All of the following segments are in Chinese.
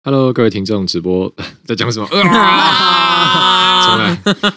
Hello， 各位听众，直播在讲什么？重来。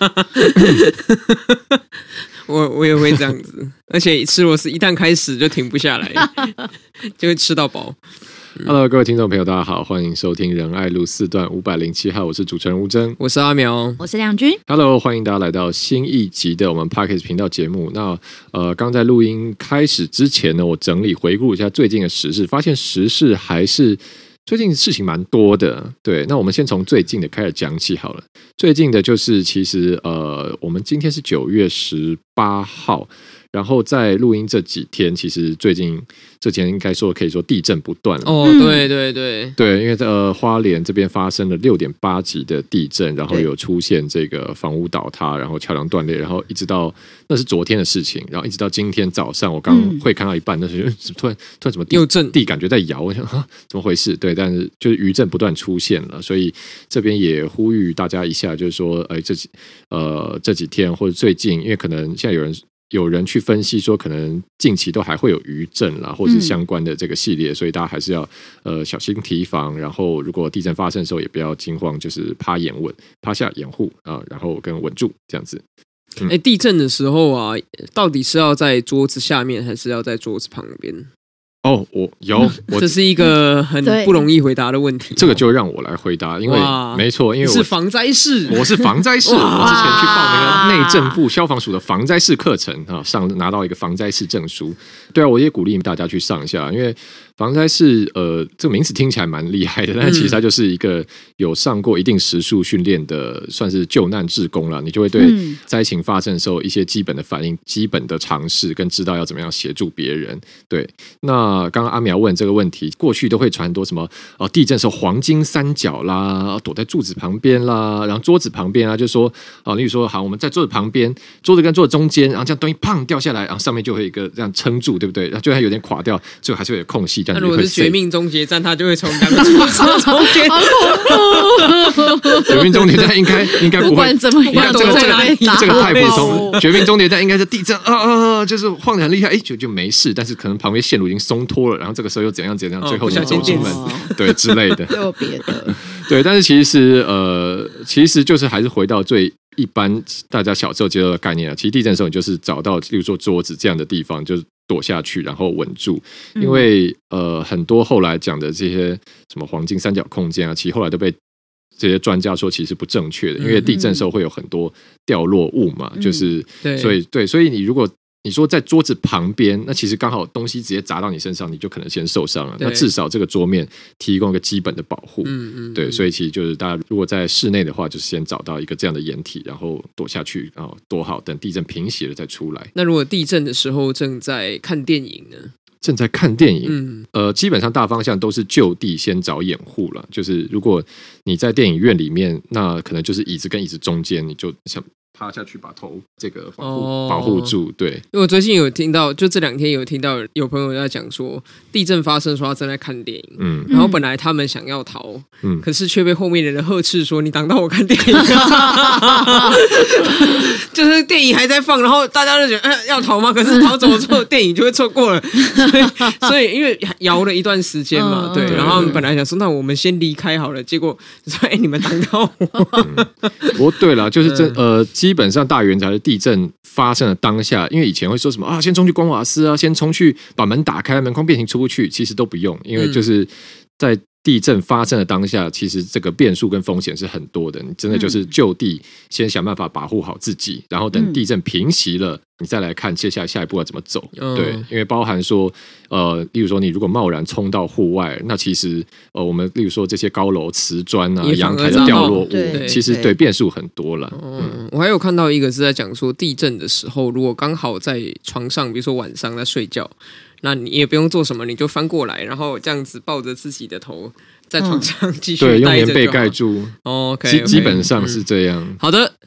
我也会这样子，而且吃螺丝一旦开始就停不下来，就会吃到饱。 Hello， 各位听众朋友，大家好，欢迎收听仁爱路4段507号，我是主持人吴峥， 我是阿苗， 我是亮君。 Hello， 欢迎大家来到新一集的我们 Podcast 频道节目。那刚在录音开始之前呢，我整理回顾一下最近的时事，发现时事还是最近事情蛮多的。对，那我们先从最近的开始讲起好了。最近的就是其实我们今天是9月18号。然后在录音这几天，其实最近这几天应该说可以说地震不断了。 哦，对对对对，因为花莲这边发生了6.8级的地震，然后有出现这个房屋倒塌，然后桥梁断裂，然后一直到那是昨天的事情，然后一直到今天早上，我刚会看到一半，那时候突然什么地感觉在摇，我想怎么回事？对，但是就是余震不断出现了，所以这边也呼吁大家一下，就是说，这几天或者最近，因为可能现在有人去分析说，可能近期都还会有余震啦，或是相关的这个系列，所以大家还是要小心提防。然后，如果地震发生的时候，也不要惊慌，就是趴下掩护啊，然后跟稳住这样子。 地震的时候啊，到底是要在桌子下面，还是要在桌子旁边？ 哦， 这是一个很不容易回答的问题。 这个就让我来回答，因为没错，因为我是防灾士， 我是防灾士，我之前去报那个内政部消防署的防灾士课程啊，拿到一个防灾士证书。对啊，我也鼓励大家去上一下，因为防灾士这个名词听起来蛮厉害的，但是其实它就是一个有上过一定时数训练的，算是救难志工啦。你就会对灾情发生的时候一些基本的反应、基本的常识，跟知道要怎么样协助别人。对，那刚刚阿苗问这个问题，过去都会传很多什么地震的时候黄金三角啦，躲在柱子旁边啦，然后桌子旁边啊，就说例如说好，我们在桌子旁边，桌子跟桌子中间，然后这样东西砰掉下来，然后上面就会有一个这样撑住，对不对？然后就算有点垮掉，最后还是会有空隙。 那如果是绝命终结站，它就会从两个桌子中间。 绝命终结站应该不会， 不管怎么样， 这个太普通。绝命终结站应该是地震就是晃得很厉害，就没事，但是可能旁边线路已经松脱了，然后这个时候又怎样，最后就走出门，对之类的。 有别的， 对，但是其实就是还是回到最一般大家小时候接受的概念啊。其实地震的时候，你就是找到，例如说桌子这样的地方，就是躲下去，然后稳住。因为很多后来讲的这些什么黄金三角空间啊，其实后来都被这些专家说其实不正确的，因为地震的时候会有很多掉落物嘛，就是所以你如果你说在桌子旁边，那其实刚好东西直接砸到你身上，你就可能先受伤了。那至少这个桌面提供一个基本的保护。对，所以其实就是大家如果在室内的话，就是先找到一个这样的掩体，然后躲下去，然后躲好，等地震平息了再出来。 那如果地震的时候正在看电影呢？ 正在看电影，基本上大方向都是就地先找掩护了。就是如果你在电影院里面，那可能就是椅子跟椅子中间，你就想趴下去把头这个保护住。对，因为我最近有听到，就这2天有听到有朋友在讲说，地震发生说他正在看电影，然后本来他们想要逃，可是却被后面的人呵斥说你挡到我看电影，就是电影还在放，然后大家就觉得要逃吗？可是逃走之后电影就会错过了，所以因为摇了一段时间嘛，对，然后他们本来想说那我们先离开好了，结果说你们挡到我。 不过对了，就是基本上大原则是地震发生的当下，因为以前会说什么先冲去关瓦斯啊，先冲去把门打开，门框变形出不去，其实都不用，因为就是在地震发生的当下，其实这个变数跟风险是很多的，你真的就是就地先想办法保护好自己，然后等地震平息了，你再来看接下来下一步要怎么走。对，因为包含说例如说你如果贸然冲到户外，那其实我们例如说这些高楼瓷砖啊、阳台的掉落物，其实对变数很多了。 我还有看到一个是在讲说，地震的时候如果刚好在床上，比如说晚上在睡觉，那你也不用做什么，你就翻过来，然后这样子抱着自己的头在床上继续待着， 对，用棉被盖住。 OK， 基本上是这样。 好的，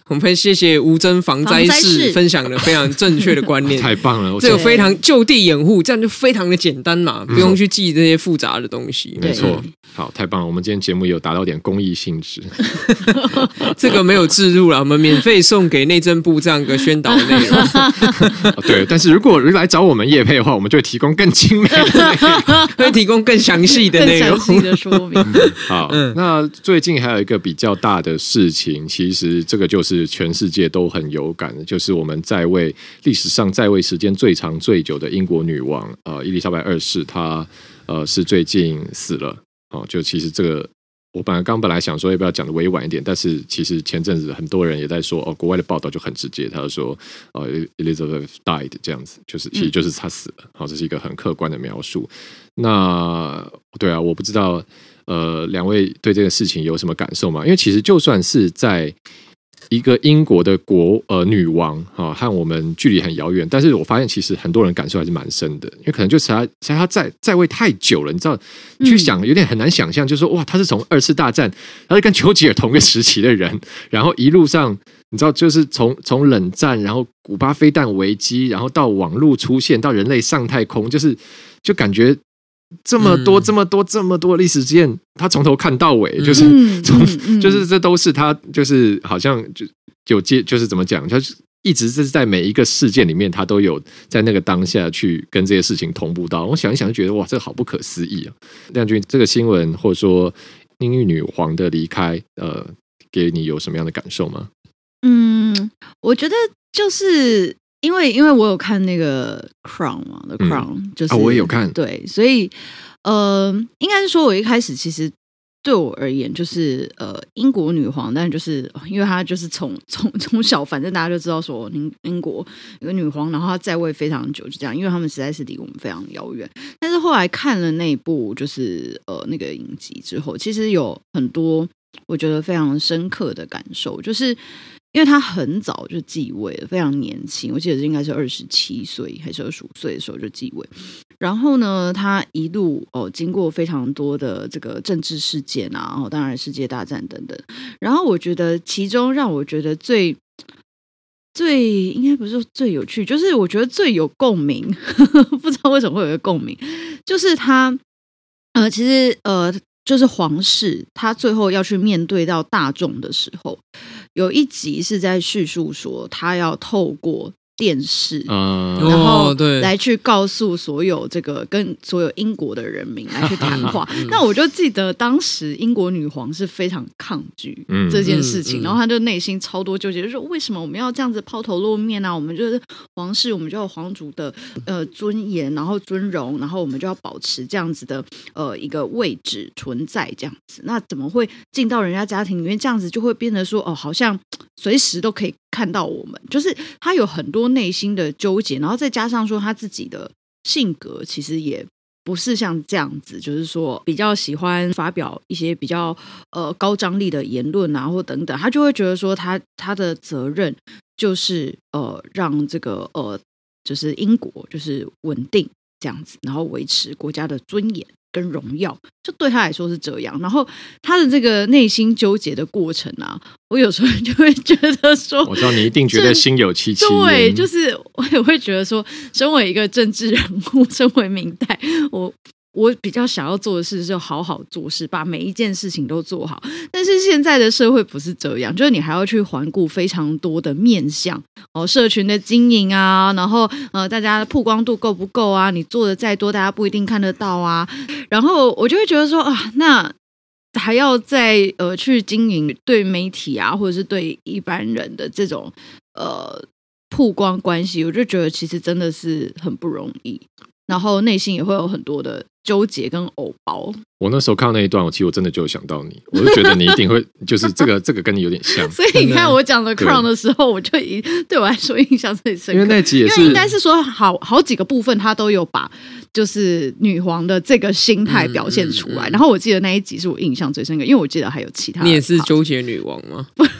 我们谢谢吴真防灾士分享的非常正确的观念， 太棒了！ 这个非常就地掩护，这样就非常的简单嘛，不用去记这些复杂的东西。 没错，好，太棒了！我们今天节目有达到点公益性质， 这个没有置入了，我们免费送给内政部这样一个宣导的内容。 对，但是如果来找我们业配的话，我们就会提供更精美的内容， 会提供更详细的内容、 更详细的说明。 好，那最近还有一个比较大的事情，其实这个就是全世界都很有感的，就是我们历史上在位时间最长最久的英国女王伊丽莎白二世，她是最近死了。就其实这个我本来想说要不要讲的委婉一点，但是其实前阵子很多人也在说国外的报道就很直接，他就说Elizabeth died 这样子，其实就是她死了。这是一个很客观的描述。那对啊，我不知道两位对这个事情有什么感受吗？因为其实就算是在一个英国的女王和我们距离很遥远，但是我发现其实很多人感受还是蛮深的，因为可能就是她在位太久了，你知道，你去想有点很难想象，就是说哇，她是从2次大战，她是跟丘吉尔同个时期的人，然后一路上你知道，就是从冷战，然后古巴飞弹危机，然后到网络出现，到人类上太空，就感觉这么多历史事件，他从头看到尾，就是就是这都是他，就是好像就是怎么讲，他一直是在每一个事件里面，他都有在那个当下去跟这些事情同步到。我想一想就觉得哇，这个好不可思议啊！亮君，这个新闻或者说英语女皇的离开，给你有什么样的感受吗？ 我觉得就是因为我有看那个 Crown 嘛，The Crown 就是我也有看， 对，所以应该是说我一开始其实对我而言就是英国女皇，但就是因为她就是从小反正大家就知道说英国有个女皇，然后她在位非常久，就这样，因为他们实在是离我们非常遥远。但是后来看了那一部就是那个影集之后，其实有很多我觉得非常深刻的感受，就是因为他很早就继位了，非常年轻，我记得应该是27岁还是25岁的时候就继位。然后呢，他一路经过非常多的这个政治事件啊，然后当然世界大战等等。然后我觉得其中让我觉得最应该不是说最有趣，就是我觉得最有共鸣，不知道为什么会有一个共鸣，就是他其实就是皇室他最后要去面对到大众的时候，有一集是在叙述说他要透过电视，然后来去告诉所有跟所有英国的人民来去谈话。那我就记得当时英国女皇是非常抗拒这件事情，然后她就内心超多纠结，就说为什么我们要这样子抛头露面啊？我们就是皇室，我们就有皇族的尊严，然后尊荣，然后我们就要保持这样子的一个位置存在这样子。那怎么会进到人家家庭里面，这样子就会变得说好像随时都可以看到我们，就是他有很多内心的纠结，然后再加上说他自己的性格其实也不是像这样子，就是说比较喜欢发表一些比较高张力的言论啊或等等，他就会觉得说他的责任就是让这个就是英国就是稳定这样子，然后维持国家的尊严跟荣耀，就对他来说是这样。然后他的这个内心纠结的过程啊，我有时候就会觉得说，我知道你一定觉得心有戚戚焉。 对，就是我也会觉得说，身为一个政治人物，身为明代，我比较想要做的事是好好做事，把每一件事情都做好。但是现在的社会不是这样，就是你还要去环顾非常多的面向社群的经营啊，然后大家的曝光度够不够啊？你做的再多，大家不一定看得到啊。然后我就会觉得说那还要再去经营对媒体啊，或者是对一般人的这种曝光关系，我就觉得其实真的是很不容易。然后内心也会有很多的纠结跟偶包。 我那时候看到那一段，其实我真的就有想到你，我就觉得你一定会就是这个跟你有点像。 所以你看我讲的 Crown 的时候，我就对我来说印象最深刻， 因为那集也是， 因为应该是说好几个部分他都有把就是女皇的这个心态表现出来。然后我记得那一集是我印象最深刻，因为我记得还有其他的。 你也是纠结女王吗？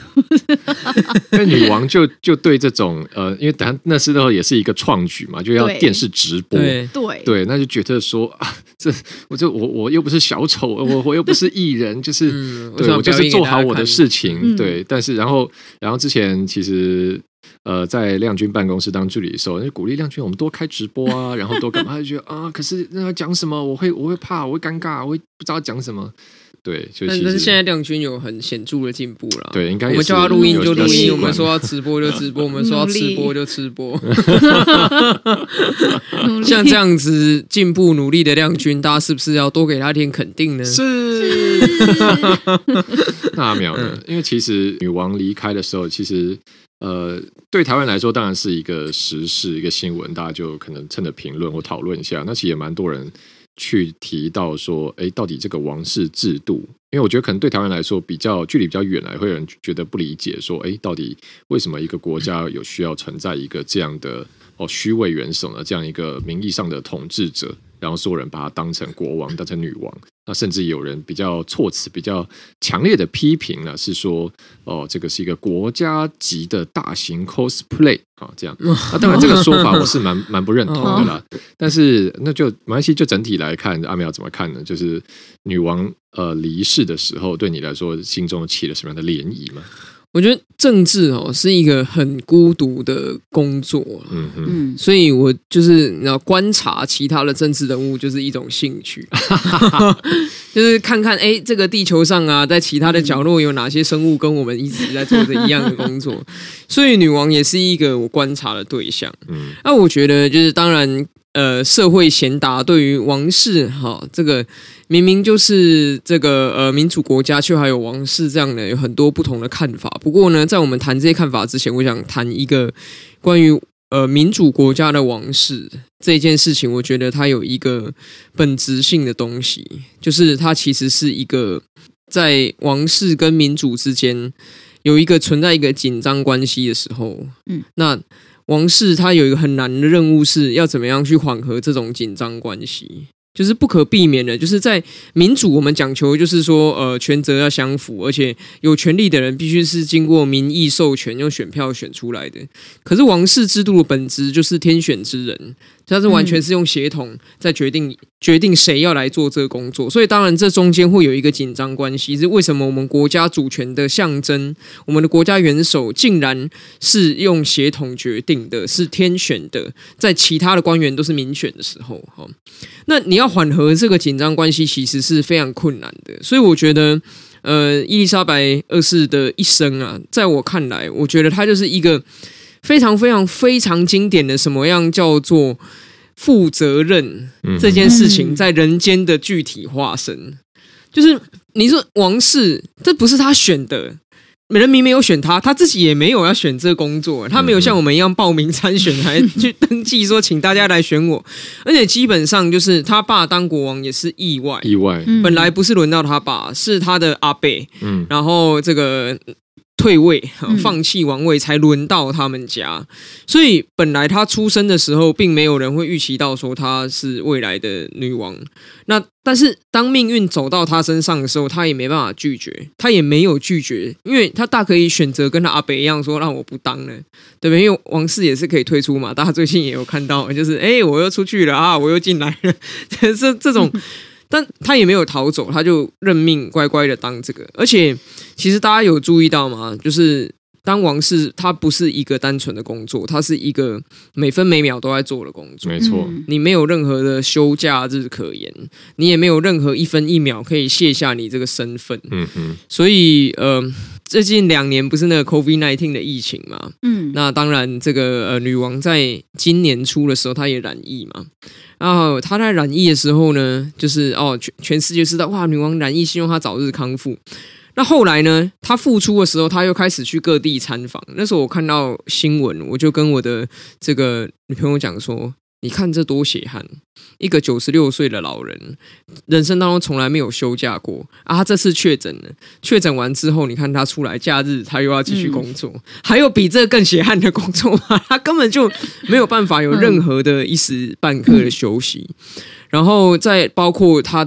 因为女王就对这种因为那时候也是一个创举嘛，就要电视直播，对，那就觉得说啊，我又不是小丑，我又不是艺人，就是对我就是做好我的事情，对，但是然后之前其实。在亮君办公室当助理的时候，就鼓励亮君我们多开直播啊，然后多干嘛？就觉得啊，可是那要讲什么，我会怕，我会尴尬，我会不知道讲什么。对，但是现在亮君有很显著的进步了。 对，应该也是我们叫他录音就录音，我们说要直播就直播，我们说要吃播就吃播。像这样子进步努力的亮君，大家是不是要多给他点肯定呢？ 是。那秒的，因为其实女王离开的时候，其实。对台湾来说当然是一个时事一个新闻，大家就可能趁着评论或讨论一下。那其实也蛮多人去提到说，到底这个王室制度，因为我觉得可能对台湾来说距离比较远来，会有人觉得不理解说，到底为什么一个国家有需要存在一个这样的虚位元首呢？这样一个名义上的统治者，然后所有人把他当成国王，当成女王。那甚至有人比较措辞比较强烈的批评了，是说这个是一个国家级的大型 cosplay 这样。那当然这个说法我是蛮不认同的啦。但是那就没关系，就整体来看，阿苗怎么看呢？就是女王离世的时候，对你来说心中起了什么样的涟漪吗？ 我觉得政治是一个很孤独的工作，所以我就是你要观察其他的政治人物，就是一种兴趣，就是看看这个地球上啊，在其他的角落有哪些生物跟我们一直在做着一样的工作，所以女王也是一个我观察的对象。那我觉得就是当然。社会贤达对于王室这个明明就是这个民主国家，却还有王室这样的有很多不同的看法。不过呢，在我们谈这些看法之前，我想谈一个关于民主国家的王室这件事情。我觉得它有一个本质性的东西，就是它其实是一个在王室跟民主之间有一个存在一个紧张关系的时候，那王室它有一个很难的任务，是要怎么样去缓和这种紧张关系，就是不可避免的。就是在民主，我们讲求就是说，权责要相符，而且有权利的人必须是经过民意授权，用选票选出来的。可是王室制度的本质就是天选之人，它是完全是用协同在决定谁要来做这个工作，所以当然这中间会有一个紧张关系。是为什么我们国家主权的象征，我们的国家元首竟然是用协同决定的，是天选的，在其他的官员都是民选的时候，那你要缓和这个紧张关系，其实是非常困难的。所以我觉得，伊丽莎白二世的一生啊，在我看来，我觉得他就是一个非常非常非常经典的什么样叫做负责任这件事情在人间的具体化身。就是你说王室这不是他选的，人民没有选他，他自己也没有要选这个工作，他没有像我们一样报名参选还去登记说请大家来选我。而且基本上就是他爸当国王也是意外，本来不是轮到他爸，是他的阿伯，然后这个退位放弃王位才轮到他们家，所以本来他出生的时候并没有人会预期到说他是未来的女王。那但是当命运走到他身上的时候，他也没办法拒绝，他也没有拒绝，因为他大可以选择跟他阿伯一样说让我不当了，对不对？因为王室也是可以退出嘛，大家最近也有看到，就是我又出去了啊，我又进来了，这种。但他也没有逃走，他就认命乖乖的当这个。而且其实大家有注意到吗？就是当王室它不是一个单纯的工作，它是一个每分每秒都在做的工作。 没错， 你没有任何的休假日可言，你也没有任何一分一秒可以卸下你这个身份。所以最近2年不是那个 COVID-19 的疫情嘛？那当然这个女王在今年初的时候她也染疫嘛。然后她在染疫的时候呢，就是全世界知道哇，女王染疫，希望她早日康复。那后来呢，她复出的时候，她又开始去各地参访。那时候我看到新闻，我就跟我的这个女朋友讲说，你看这多血汗，一个96岁的老人，人生当中从来没有休假过啊！他这次确诊了，确诊完之后，你看他出来假日，他又要继续工作，还有比这更血汗的工作吗？他根本就没有办法有任何的一时半刻的休息。然后再包括他的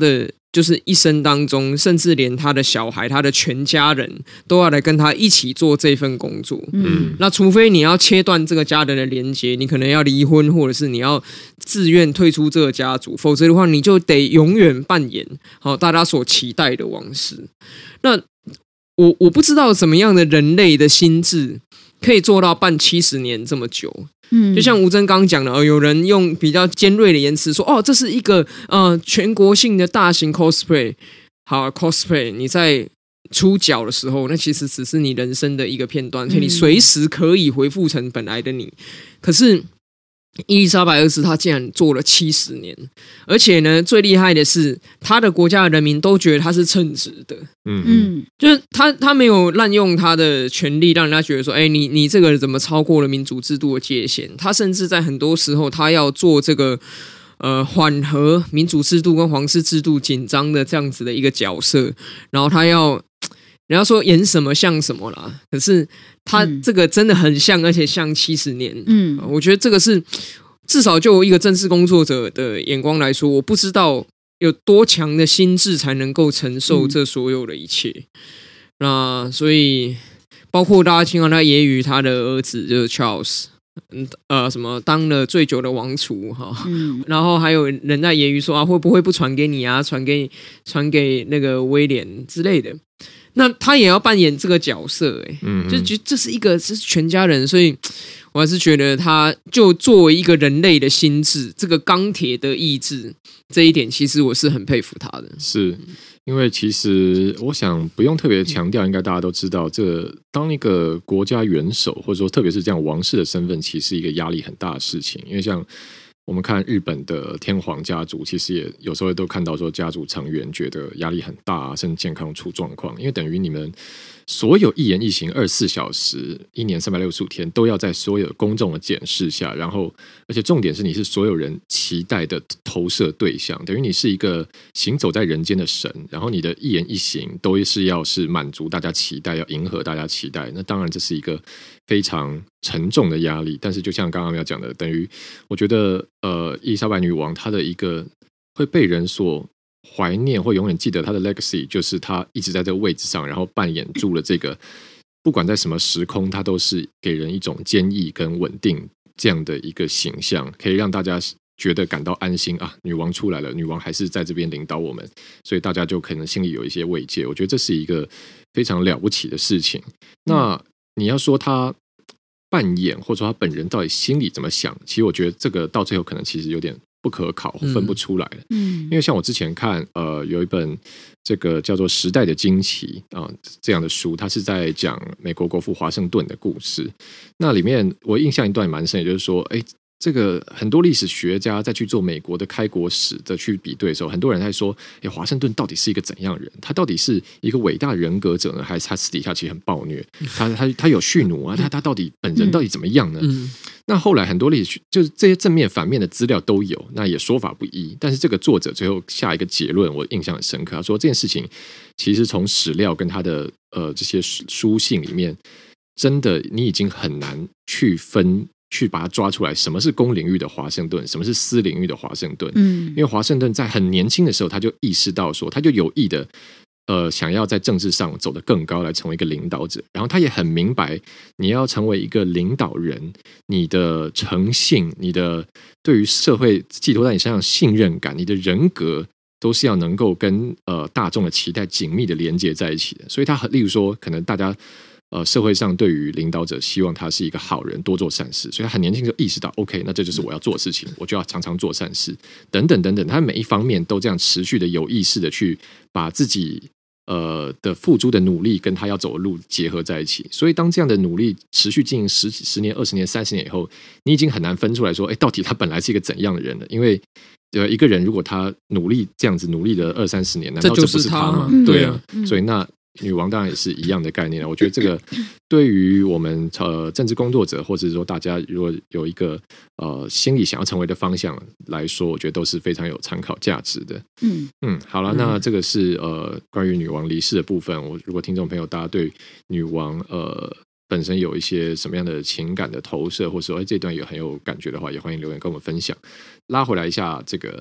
就是一生当中，甚至连他的小孩、他的全家人都要来跟他一起做这份工作。那除非你要切断这个家人的连结，你可能要离婚，或者是你要自愿退出这个家族，否则的话，你就得永远扮演大家所期待的王室。那我不知道怎么样的人类的心智可以做到办70年这么久。就像吴峥刚讲的，有人用比较尖锐的言辞说，这是一个全国性的大型 cosplay。好 ，cosplay 你在出脚的时候，那其实只是你人生的一个片段，所以你随时可以恢复成本来的你。可是伊丽莎白二世她竟然做了70年，而且呢，最厉害的是，她的国家的人民都觉得她是称职的。就是他没有滥用他的权力，让人家觉得说，你这个怎么超过了民主制度的界限？他甚至在很多时候，他要做这个缓和民主制度跟皇室制度紧张的这样子的一个角色，然后他要人家说演什么像什么啦，可是他这个真的很像，而且像70年。我觉得这个是至少就一个政治工作者的眼光来说，我不知道有多强的心智才能够承受这所有的一切。那所以包括大家听到他揶揄他的儿子就是 Charles， 什么当了最久的王储然后还有人在揶揄说会不会不传给你啊，传给那个威廉之类的。那他也要扮演这个角色就觉得这是全家人，所以我还是觉得他就作为一个人类的心智，这个钢铁的意志，这一点其实我是很佩服他的。 是因为其实我想不用特别强调，应该大家都知道，当一个国家元首或者说特别是这样王室的身份，其实是一个压力很大的事情。因为像我们看日本的天皇家族，其实也有时候都看到说家族成员觉得压力很大，甚至健康出状况，因为等于你们所有一言一行24小时1年365天都要在所有公众的检视下，然后而且重点是你是所有人期待的投射对象，等于你是一个行走在人间的神，然后你的一言一行都是要是满足大家期待，要迎合大家期待，那当然这是一个非常沉重的压力。但是就像刚刚要讲的，等于我觉得伊丽莎白女王她的一个会被人所怀念或永远记得她的 legacy， 就是她一直在这个位置上，然后扮演住了这个不管在什么时空，她都是给人一种坚毅跟稳定这样的一个形象，可以让大家觉得感到安心啊，女王出来了，女王还是在这边领导我们，所以大家就可能心里有一些慰藉。我觉得这是一个非常了不起的事情。那你要说她扮演或者说他本人到底心里怎么想，其实我觉得这个到最后可能其实有点不可考，分不出来了。因为像我之前看有一本这个叫做《时代的惊奇》这样的书，它是在讲美国国父华盛顿的故事。那里面我印象一段蛮深，也就是说这个很多历史学家在去做美国的开国史的去比对的时候，很多人在说华盛顿到底是一个怎样人，他到底是一个伟大人格者呢，还是他私底下其实很暴虐，他有蓄奴啊，他到底本人到底怎么样呢？那后来很多历史就是这些正面反面的资料都有，那也说法不一，但是这个作者最后下一个结论我印象很深刻，他说这件事情其实从史料跟他的这些书信里面，真的你已经很难去把它抓出来，什么是公领域的华盛顿，什么是私领域的华盛顿。因为华盛顿在很年轻的时候，他就意识到说，他就有意的想要在政治上走得更高，来成为一个领导者。然后他也很明白，你要成为一个领导人，你的诚信，你的对于社会寄托在你身上信任感，你的人格，都是要能够跟大众的期待紧密的连接在一起的。所以他例如说，可能大家社会上对于领导者希望他是一个好人，多做善事，所以他很年轻就意识到 OK， 那这就是我要做的事情，我就要常常做善事等等等等，他每一方面都这样持续的有意识的去把自己的付诸的努力跟他要走的路结合在一起。所以当这样的努力持续进行10年、20年、30年以后，你已经很难分出来说到底他本来是一个怎样的人了。因为一个人如果他努力这样子努力了20-30年，难道这不是他吗？对啊，所以那女王当然也是一样的概念。我觉得这个对于我们政治工作者，或者说大家如果有一个心里想要成为的方向来说，我觉得都是非常有参考价值的。好了，那这个是关于女王离世的部分。如果听众朋友大家对女王本身有一些什么样的情感的投射，或者说这段也很有感觉的话，也欢迎留言跟我们分享。拉回来一下这个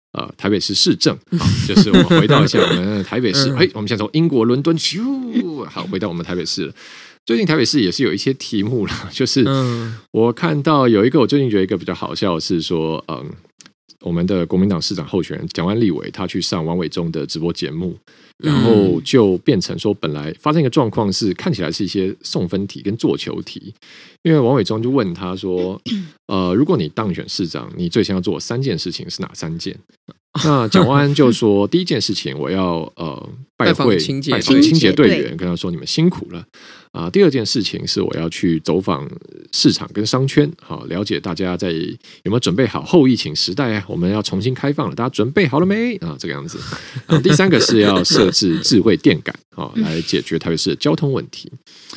台北市市政就是我们回到一下我们台北市，我们现在从英国伦敦好回到我们台北市了。最近台北市也是有一些题目啦，就是我看到有一个，我最近觉得一个比较好笑的是说，我们的国民党市长候选人蒋万立委他去上王伟忠的直播节目，然后就变成说本来发生一个状况是看起来是一些送分题跟做球题，因为王伟忠就问他说如果你当选市长，你最先要做3件事情是哪3件？那蒋万安就说第一件事情我要拜访清洁队员，跟他说你们辛苦了第二件事情是我要去走访市场跟商圈，了解大家在有没有准备好后疫情时代我们要重新开放了，大家准备好了没这个样子。第3个是要设置智慧电杆来解决台北市的交通问题。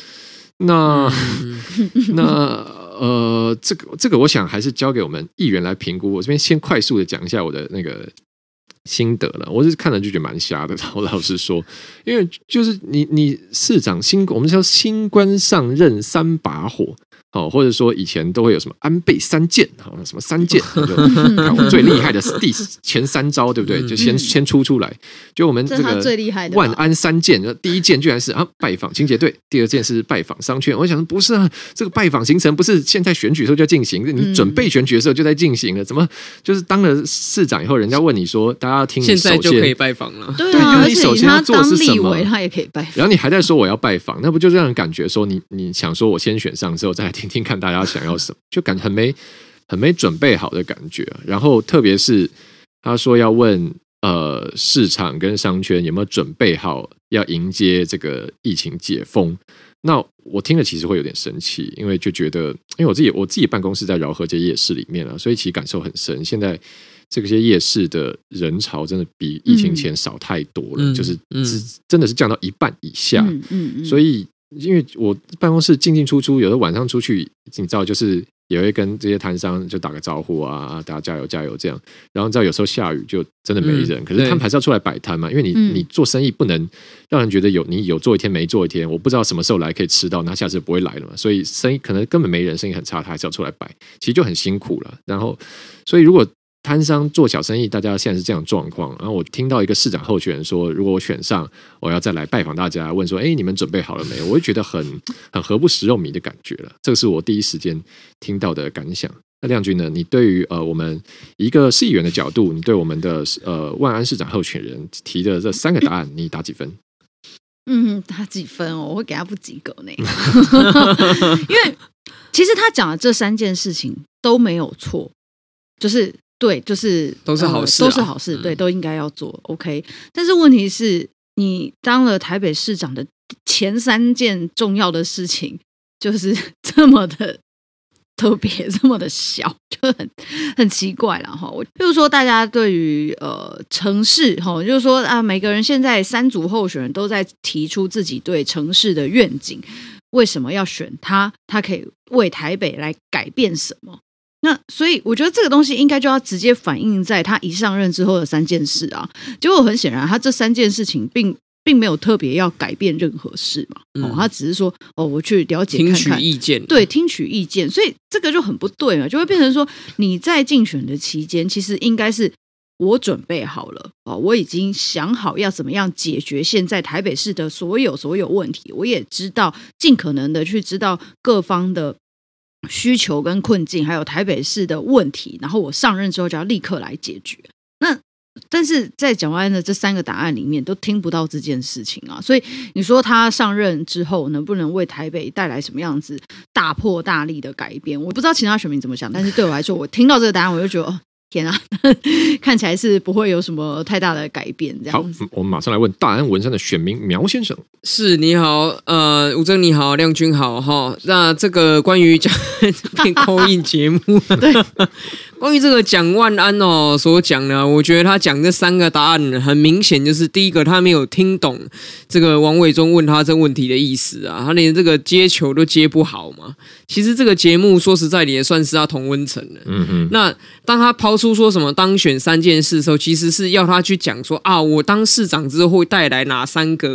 这个我想还是交给我们议员来评估。我这边先快速的讲一下我的那个心得了，我是看了就觉得蛮瞎的。我老实说，因为就是你市长我们叫新官上任3把火。或者说以前都会有什么安倍3件，什么3件，看我最厉害的前3招，对不对？就先出来。就我们这个万安3件，第一件居然是拜访清洁队，第2件是拜访商圈。我想不是这个拜访行程不是现在选举的时候就要进行，你准备选举的时候就在进行了，怎么就是当了市长以后，人家问你说，大家要听你现在就可以拜访了？ 对啊， 你首先要做的是什么？ 他也可以拜访， 然后你还在说我要拜访，那不就让人感觉说你想说我先选上之后再来听听看大家想要什么，就感觉很没准备好的感觉。然后特别是他说要问市场跟商圈有没有准备好要迎接这个疫情解封，那我听了其实会有点生气，因为就觉得因为我自己办公室在饶河街夜市里面所以其实感受很深。现在这些夜市的人潮真的比疫情前少太多了，就是真的是降到1半以下。所以因为我办公室进出出，有的晚上出去，你知道，就是也会跟这些摊商就打个招呼大家加油加油这样。然后你知道有时候下雨就真的没人，可是他们还是要出来摆摊嘛，因为你做生意不能让人觉得你有做一天没做一天，我不知道什么时候来可以吃到，那下次不会来了嘛。所以生意可能根本没人，生意很差，他还是要出来摆，其实就很辛苦了。然后，所以如果摊商做小生意，大家现在是这样的状况。然后我听到一个市长候选人说，如果我选上，我要再来拜访大家，问说，你们准备好了没有？我会觉得很合不食肉糜的感觉了。这个是我第一时间听到的感想。那亮君呢？你对于我们一个市议员的角度，你对我们的万安市长候选人提的这3个答案，你打几分？ 打几分我会给他不及格呢。因为其实他讲的这3件事情都没有错，就是对，就是都是好事， 都是好事，对，都应该要做 OK。但是问题是你当了台北市长的前3件重要的事情，就是这么的特别，这么的小，就很奇怪了哈。比如说大家对于城市就是说每个人现在3组候选人都在提出自己对城市的愿景，为什么要选他？他可以为台北来改变什么？那所以我觉得这个东西应该就要直接反映在他一上任之后的3件事啊。结果很显然，他这3件事情并没有特别要改变任何事嘛。他只是说我去了解看看， 听取意见， 对，听取意见。所以这个就很不对嘛，就会变成说你在竞选的期间，其实应该是我准备好了我已经想好要怎么样解决现在台北市的所有问题，我也知道尽可能的去知道各方的需求跟困境，还有台北市的问题，然后我上任之后就要立刻来解决。但是在蒋万安的这3个答案里面都听不到这件事情啊，所以你说他上任之后能不能为台北带来什么样子大破大立的改变，我不知道其他选民怎么想，但是对我来说，我听到这个答案我就觉得天啊，看起来是不会有什么太大的改变这样子。 好，我们马上来问大安文山的选民苗先生。 是，你好，吴峥你好，亮君好哈。那这个关于讲变call in节目， 对， 关于这个蒋万安所讲呢，我觉得他讲这3个答案很明显，就是第一个他没有听懂这个王伟忠问他这问题的意思啊，他连这个接球都接不好嘛。其实这个节目说实在的也算是他同温层了。那当他抛出说什么当选3件事的时候，其实是要他去讲说我当市长之后会带来哪3个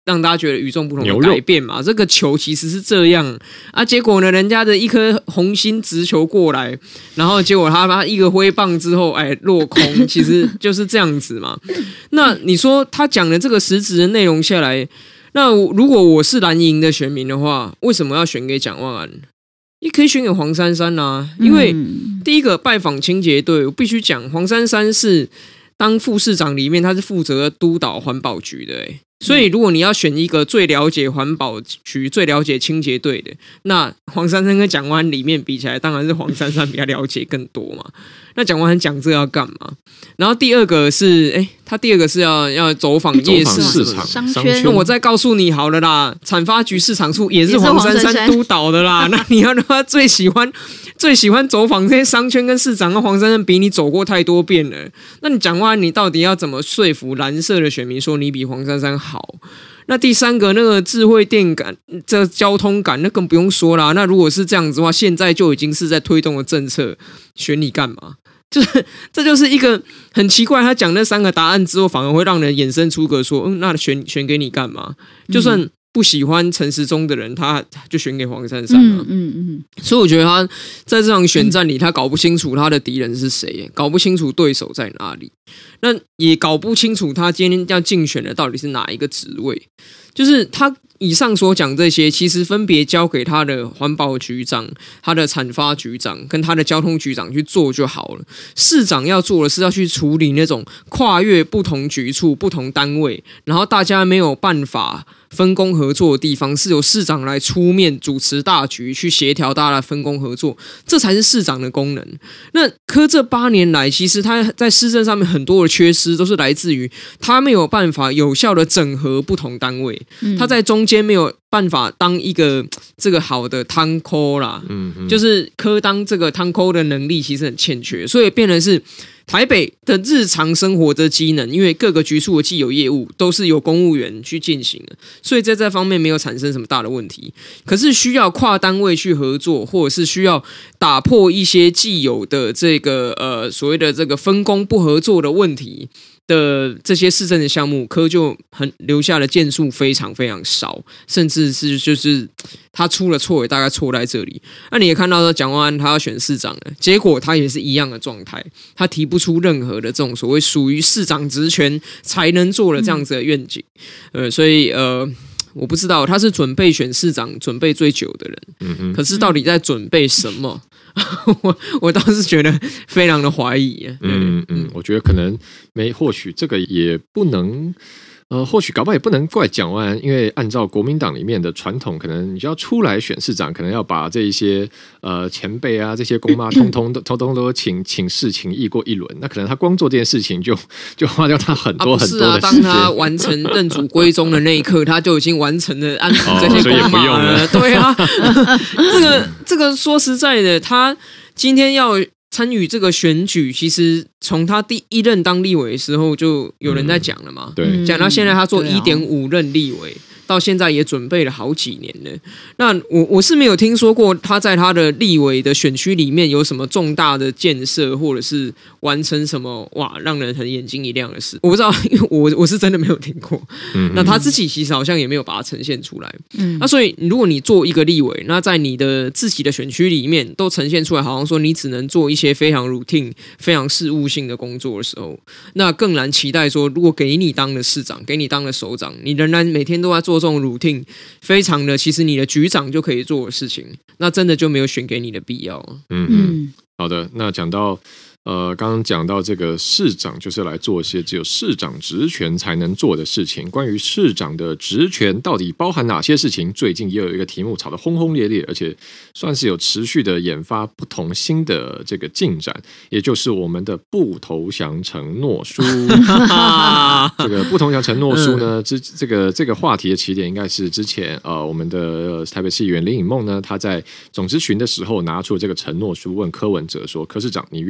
让大家觉得与众不同的改变嘛。这个球其实是这样啊，结果呢，人家的一颗红心直球过来，然后结果他一个挥棒之后，落空，其实就是这样子嘛。那你说他讲的这个实质的内容下来，那如果我是蓝营的选民的话，为什么要选给蒋万安？也可以选给黄珊珊啊，因为第一个拜访清洁队，我必须讲，黄珊珊是当副市长里面，他是负责督导环保局的，所以如果你要选一个最了解环保局、最了解清洁队的，那黄珊珊跟蒋万安里面比起来，当然是黄珊珊比较了解更多嘛。那蒋万安讲这要干嘛？然后第二个是，他第二个是要走访夜市商圈。 那我再告诉你好了啦，产发局市场处也是黄珊珊督导的啦。那你要让他最喜欢走访这些商圈跟市场，那黄珊珊比你走过太多遍了。那你蒋万安，你到底要怎么说服蓝色的选民说你比黄珊珊好？那第三个那个智慧电感、这交通感，那更不用说啦。那如果是这样子的话，现在就已经是在推动的政策，选你干嘛？这就是一个很奇怪，他讲那三个答案之后，反而会让人衍生出个说，那选给你干嘛？就算不喜欢陈时中的人，他就选给黄珊珊了。所以我觉得他在这场选战里，他搞不清楚他的敌人是谁，搞不清楚对手在哪里，那也搞不清楚他今天要竞选的到底是哪一个职位。就是他以上所讲这些，其实分别交给他的环保局长、他的产发局长跟他的交通局长去做就好了。市长要做的是要去处理那种跨越不同局处、不同单位，然后大家没有办法分工合作的地方，是由市长来出面主持大局，去协调大家的分工合作，这才是市长的功能。那柯这8年来，其实他在施政上面很多的缺失，都是来自于他没有办法有效的整合不同单位，他在中间没有办法当一个这个好的汤扣啦，就是柯当这个汤扣的能力其实很欠缺，所以变成是台北的日常生活的机能，因为各个局处的既有业务都是由公务员去进行的，所以在这方面没有产生什么大的问题。可是需要跨单位去合作，或者是需要打破一些既有的这个所谓的这个分工不合作的问题的这些市政的项目，柯就留下的件数非常非常少，甚至是就是他出了错也大概错在这里。那你也看到说蒋万安他要选市长了，结果他也是一样的状态，他提不出任何的这种所谓属于市长职权才能做的这样子的愿景。所以我不知道他是准备选市长准备最久的人，可是到底在准备什么？我倒是觉得非常的怀疑。 我觉得可能或许这个也不能。或许搞不好也不能怪蒋万安，因为按照国民党里面的传统，可能你就要出来选市长，可能要把这一些前辈啊、这些公妈通通都请示请议过一轮。那可能他光做这件事情就花掉他很多很多的时间。 当他完成认祖归宗的那一刻，他就已经完成了安抚这些公妈了。对啊，这个说实在的，他今天要参与这个选举，其实从他第一任当立委的时候就有人在讲了嘛，讲到现在他做1.5任立委，到现在也准备了好几年了。那我是没有听说过他在他的立委的选区里面有什么重大的建设，或者是完成什么让人很眼睛一亮的事。我不知道，因为我是真的没有听过。那他自己其实好像也没有把它呈现出来。那所以如果你做一个立委，那在你的自己的选区里面都呈现出来，好像说你只能做一些非常 routine、非常事务性的工作的时候，那更难期待说，如果给你当了市长，给你当了首长，你仍然每天都在做这种 routine， 非常的其实你的局长就可以做的事情，那真的就没有选给你的必要。 好的，那讲到刚刚讲到这个市长就是来做一些只有市长职权才能做的事情。关于市长的职权到底包含哪些事情，最近也有一个题目吵得轰轰烈烈，而且算是有持续的研发不同新的这个进展，也就是我们的不投降承诺书。这个不投降承诺书呢，这个话题的起点应该是之前我们的台北市议员林颖梦呢，他在总咨询的时候拿出这个承诺书，问柯文哲说：“柯市长，你愿不愿意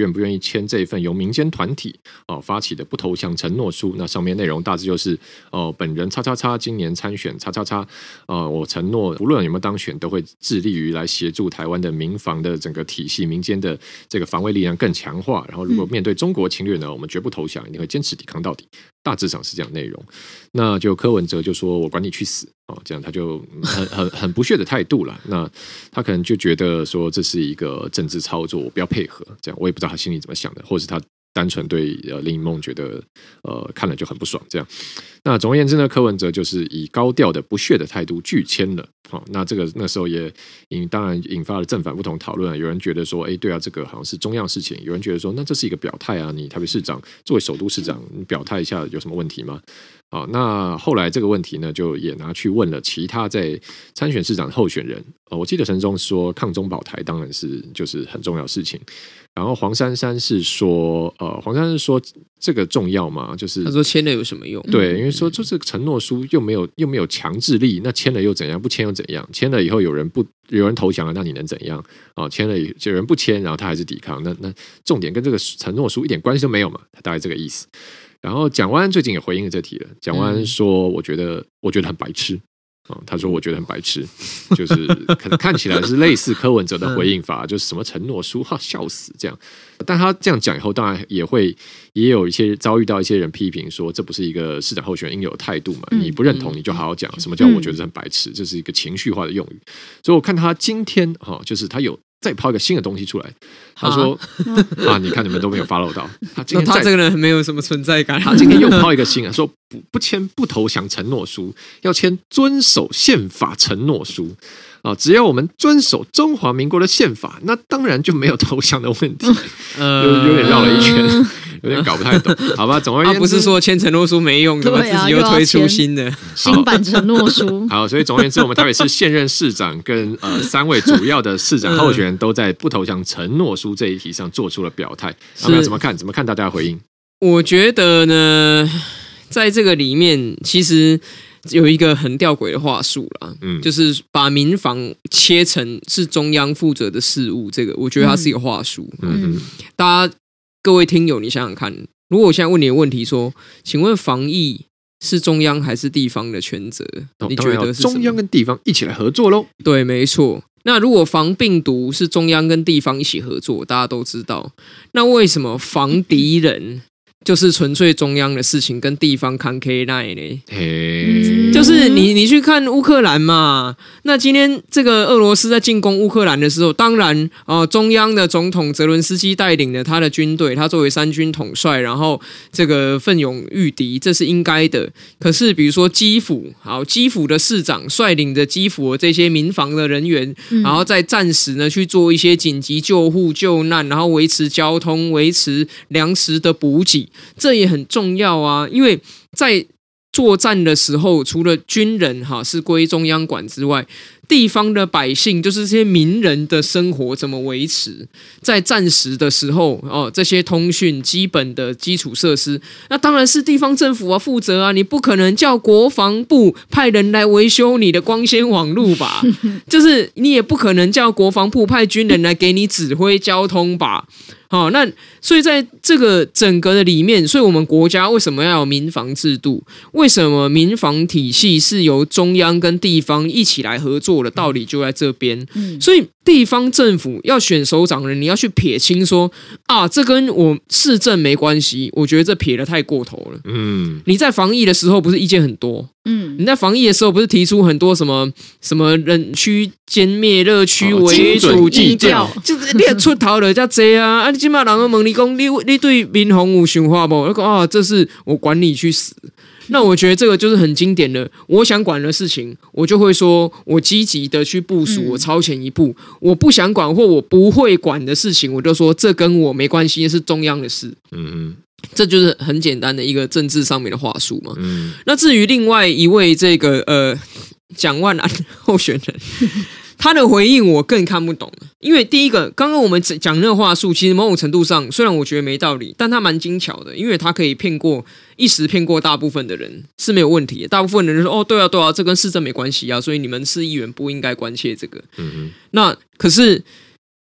签这一份由民间团体发起的不投降承诺书。那上面内容大致就是本人叉叉叉今年参选叉叉叉，我承诺无论有没有当选，都会致力于来协助台湾的民防的整个体系，民间的这个防卫力量更强化。然后如果面对中国侵略呢，我们绝不投降，一定会坚持抵抗到底。大致上是这样内容。那就柯文哲就说我管你去死，这样他就很不屑的态度了。那他可能就觉得说这是一个政治操作，我不要配合，这样我也不知道他心里怎么想的，或是他单纯对林颖梦觉得看了就很不爽这样。那总而言之呢，柯文哲就是以高调的不屑的态度拒签了。那这个那时候也当然引发了正反不同讨论。有人觉得说对啊，这个好像是中央事情，有人觉得说那这是一个表态啊，你台北市长作为首都市长，你表态一下有什么问题吗？那后来这个问题呢，就也拿去问了其他在参选市长的候选人。我记得陈忠说抗中保台当然是就是很重要的事情。然后黄珊珊是说，这个重要吗？就是他说签了有什么用？ 对，因为说这个承诺书又没有强制力，那签了又怎样？不签又怎样？签了以后有人投降了，那你能怎样？签了有人不签，然后他还是抵抗，那重点跟这个承诺书一点关系都没有嘛？大概这个意思。然后蒋万安最近也回应了这题了，蒋万安说，我觉得很白痴。他说我觉得很白痴，就是可能看起来是类似柯文哲的回应法，就是什么承诺书，笑死这样。但他这样讲以后，当然也有一些遭遇到一些人批评说，这不是一个市长候选人应有的态度嘛？你不认同你就好好讲，什么叫我觉得很白痴？这是一个情绪化的用语。所以我看他今天就是他有再抛一个新的东西出来，他说你看你们都没有 follow 到，他今天他这个人没有什么存在感。 他今天又抛一个新的，说不签不投降承诺书，要签遵守宪法承诺书。只要我们遵守中华民国的宪法，那当然就没有投降的问题。有点绕了一圈，有点搞不太懂。好吧，总而言之， 不是说签承诺书没用，怎么自己又推出新的新版承诺书？ 好，所以总而言之，我们台北市现任市长跟3位主要的市长候选人都在不投降承诺书这一题上做出了表态。我们要怎么看大家的回应？ 我觉得呢，在这个里面，其实有一个很吊诡的话术啦，就是把民防切成是中央负责的事务，这个我觉得它是一个话术。大家各位听友，你想想看，如果我现在问你的问题说，请问防疫是中央还是地方的权责？你觉得是什么？ 中央跟地方一起来合作咯。 对，没错。那如果防病毒是中央跟地方一起合作，大家都知道，那为什么防敌人就是纯粹中央的事情，跟地方看 K 奈呢？就是你去看乌克兰嘛，那今天这个俄罗斯在进攻乌克兰的时候，当然中央的总统泽伦斯基带领了他的军队，他作为三军统帅，然后这个奋勇御敌，这是应该的。可是比如说基辅的市长率领着基辅的这些民防的人员，然后在战时呢去做一些紧急救护救难，然后维持交通，维持粮食的补给，这也很重要啊。因为在作战的时候，除了军人是归中央管之外，地方的百姓就是这些民人的生活怎么维持？在战时的时候这些通讯基本的基础设施，那当然是地方政府负责啊！你不可能叫国防部派人来维修你的光纤网路吧？就是你也不可能叫国防部派军人来给你指挥交通吧？那所以在这个整个的里面，所以我们国家为什么要有民防制度？为什么民防体系是由中央跟地方一起来合作的？道理就在这边。所以地方政府要选首长人，你要去撇清说这跟我市政没关系，我觉得这撇得太过头了。你在防疫的时候不是意见很多？你在防疫的时候不是提出很多什么人区歼灭、热区为主计较，就是你出头了才这啊！你现在人都问你说你对民防有想法吗？这是我管你去死。那我觉得这个就是很经典的，我想管的事情，我就会说我积极的去部署，我超前一步；我不想管或我不会管的事情，我就说这跟我没关系，是中央的事。这就是很简单的一个政治上面的话术嘛。那至于另外一位这个蒋万安候选人，他的回应我更看不懂，因为第一个，刚刚我们讲那个话术，其实某种程度上虽然我觉得没道理，但他蛮精巧的，因为他可以一时骗过大部分的人是没有问题的。大部分的人说对啊，这跟市政没关系啊，所以你们市议员不应该关切这个。那可是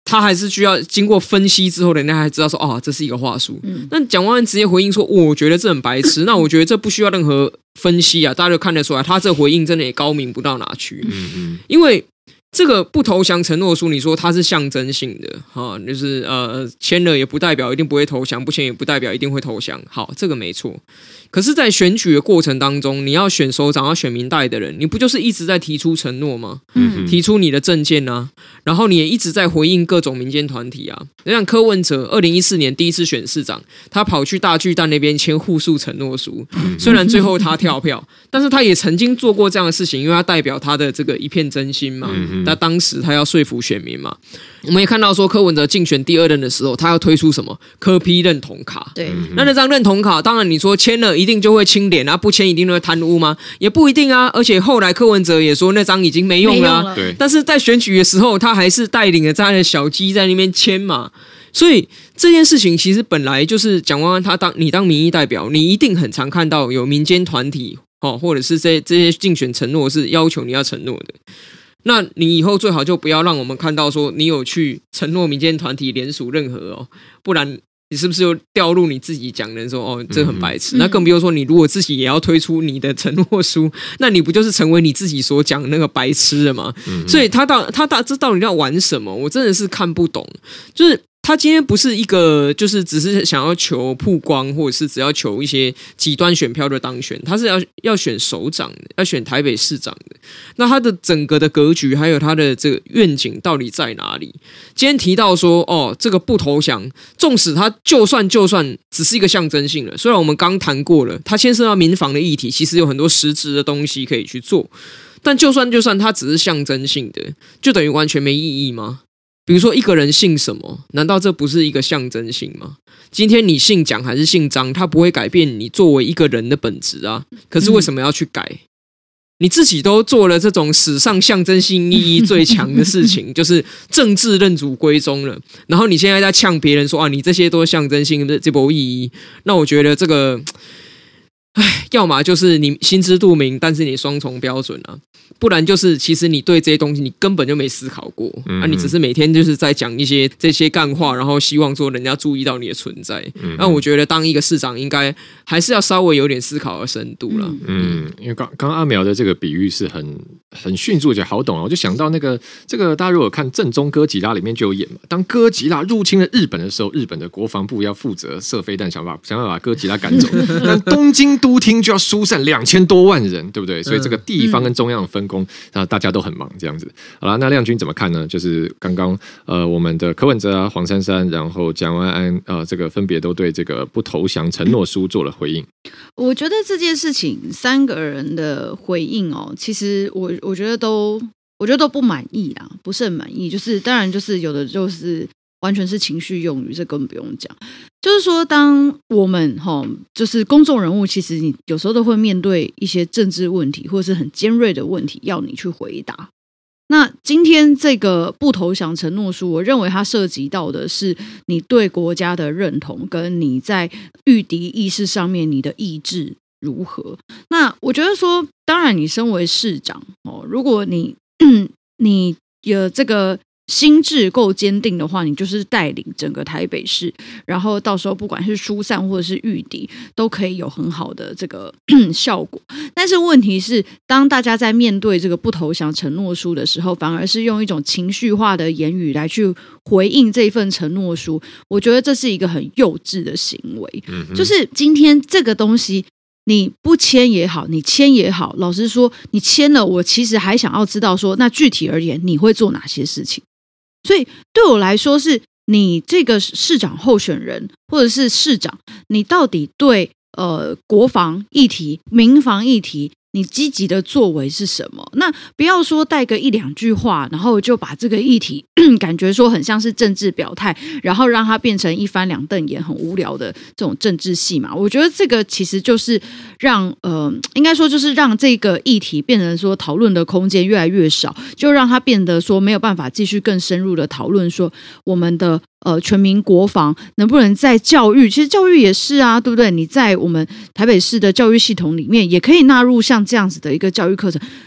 他还是需要经过分析之后，人家还知道说哦，这是一个话术。那蒋万安直接回应说，我觉得这很白痴。那我觉得这不需要任何分析啊，大家就看得出来，他这回应真的也高明不到哪去。因为这个不投降承诺书，你说它是象征性的就是签了也不代表一定不会投降，不签也不代表一定会投降。好，这个没错。可是，在选举的过程当中，你要选首长、要选民代的人，你不就是一直在提出承诺吗？提出你的政见啊，然后你也一直在回应各种民间团体啊。像柯文哲2014年第一次选市长，他跑去大巨蛋那边签互诉承诺书，虽然最后他跳票，但是他也曾经做过这样的事情，因为他代表他的这个一片真心嘛。那当时他要说服选民嘛。我们也看到说，柯文哲竞选第2任的时候，他要推出什么柯 P 认同卡。 对， 那张认同卡，当然你说签了一定就会清廉啊，不签一定会贪污吗？也不一定啊。而且后来柯文哲也说那张已经没用了啊。 对。 但是在选举的时候，他还是带领着他的小鸡在那边签嘛。所以这件事情其实本来就是蒋万安你当民意代表，你一定很常看到有民间团体或者是这些竞选承诺是要求你要承诺的。那你以后最好就不要让我们看到说你有去承诺民间团体联署任何不然你是不是又掉入你自己讲的说这很白痴？那更不用说你如果自己也要推出你的承诺书，那你不就是成为你自己所讲的那个白痴了吗？所以他这到底要玩什么？我真的是看不懂。就是他今天不是一个就是只是想要求曝光，或者是只要求一些极端选票的当选，他是要选首长的，要选台北市长的。那他的整个的格局还有他的这个愿景到底在哪里？今天提到说这个不投降，纵使他就算只是一个象征性了，虽然我们刚谈过了，他牵涉到民防的议题，其实有很多实质的东西可以去做，但就算他只是象征性的，就等于完全没意义吗？比如说一个人姓什么，难道这不是一个象征性吗？今天你姓蒋还是姓张，它不会改变你作为一个人的本质啊。可是为什么要去改？你自己都做了这种史上象征性意义最强的事情，就是政治认祖归宗了。然后你现在在呛别人说你这些都是象征性的这波意义，那我觉得这个，要么就是你心知肚明，但是你双重标准啊。不然就是其实你对这些东西你根本就没思考过你只是每天就是在讲一些这些干话，然后希望说人家注意到你的存在。那我觉得当一个市长应该还是要稍微有点思考的深度了。 因为刚阿苗的这个比喻是很迅速且好懂我就想到这个大家如果看正宗哥吉拉里面就有演嘛，当哥吉拉入侵了日本的时候，日本的国防部要负责射飞弹，想办法把哥吉拉赶走，但东京都厅就要疏散2000多万人，对不对？所以这个地方跟中央的分工大家都很忙这样子。好了，那亮君怎么看呢？就是刚刚我们的柯文哲黄珊珊，然后蒋万安这个分别都对这个不投降承诺书做了回应。 我觉得这件事情3个人的回应其实我觉得都不满意啦，不是很满意。就是当然就是有的就是完全是情绪用语，这根本不用讲。就是说当我们就是公众人物，其实你有时候都会面对一些政治问题或者是很尖锐的问题要你去回答。那今天这个不投降承诺书，我认为它涉及到的是你对国家的认同跟你在御敌意识上面你的意志如何。那我觉得说当然你身为市长如果你有这个心智够坚定的话，你就是带领整个台北市，然后到时候不管是疏散或者是御敌都可以有很好的这个效果。但是问题是当大家在面对这个不投降承诺书的时候，反而是用一种情绪化的言语来去回应这份承诺书，我觉得这是一个很幼稚的行为。就是今天这个东西你不签也好，你签也好，老实说你签了，我其实还想要知道说那具体而言你会做哪些事情。所以对我来说是你这个市长候选人或者是市长，你到底对国防议题民防议题你积极的作为是什么？那不要说带个1-2句话，然后就把这个议题感觉说很像是政治表态，然后让它变成一翻两瞪眼很无聊的这种政治戏嘛。我觉得这个其实就是让应该说就是让这个议题变成说讨论的空间越来越少，就让它变得说没有办法继续更深入的讨论说我们的全民国防能不能在教育，其实教育也是啊，对不对？你在我们台北市的教育系统里面也可以纳入像这样子的一个教育课程，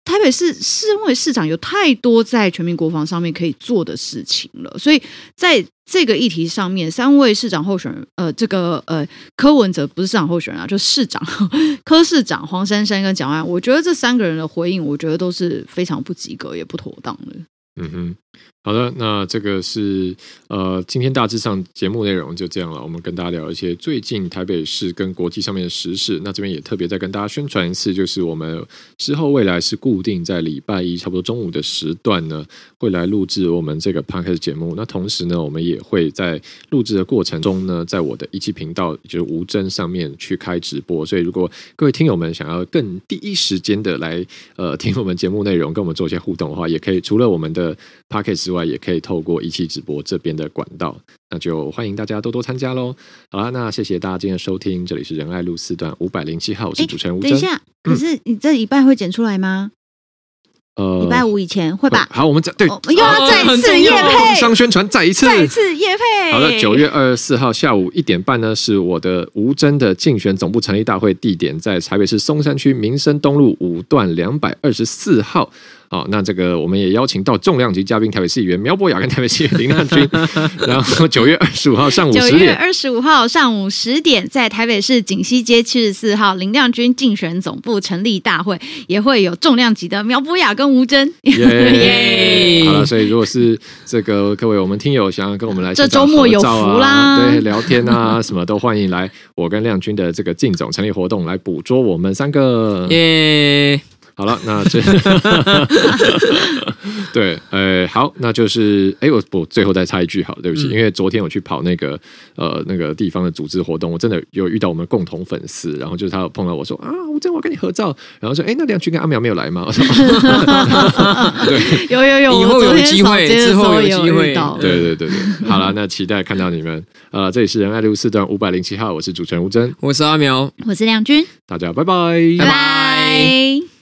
台北市身为市长有太多在全民国防上面可以做的事情了，所以在这个议题上面，3位市长候选人，柯文哲不是市长候选人啊，就市长柯市长黄珊珊跟蒋万安，我觉得这3个人的回应，我觉得都是非常不及格也不妥当的。 嗯哼，好的，那这个是今天大致上节目内容就这样了。我们跟大家聊一些最近台北市跟国际上面的时事。那这边也特别再跟大家宣传一次，就是我们之后未来是固定在礼拜一差不多中午的时段呢，会来录制我们这个 podcast 节目。那同时呢，我们也会在录制的过程中呢，在我的17频道，就是无针上面去开直播。所以如果各位听友们想要更第一时间的来听我们节目内容，跟我们做一些互动的话，也可以除了我们的 podcast 之外，也可以透过17直播这边的管道，那就欢迎大家多多参加咯。好啦，那谢谢大家今天的收听，这里是仁爱路4段507号，我是主持人吴峥。 等一下，可是你这礼拜会剪出来吗？礼拜5以前会吧？ 好，我们对， 又要再次业配， 商宣传再一次业配。 好的，9月24号下午1点半呢，是我的吴峥的竞选总部成立大会，地点在台北市松山区民生东路5段224号。好，那这个我们也邀请到重量级嘉宾台北市议员苗博雅跟台北市议员林亮君，然后9月25号上午10点，9月 25号上午10点，在台北市锦西街74号林亮君竞选总部成立大会，也会有重量级的苗博雅跟吴峥。 好了，所以如果是这个各位我们听友想要跟我们来这周末有福啦， 对，聊天啊什么都欢迎来我跟亮君的这个竞总成立活动来捕捉我们3个。 耶！ 好了，那这对，好，那就是我最后再插一句，好，对不起，因为昨天我去跑那个地方的组织活动，我真的有遇到我们共同粉丝，然后就是他有碰到我说啊，吴峥，我跟你合照，然后说那亮君跟阿苗没有来吗？我说对，有， 以后有机会，之后有机会， 对，好了，那期待看到你们，这里是仁爱路4段507号，我是主持人吴峥， 我是阿苗， 我是亮君， 大家拜拜， 拜拜。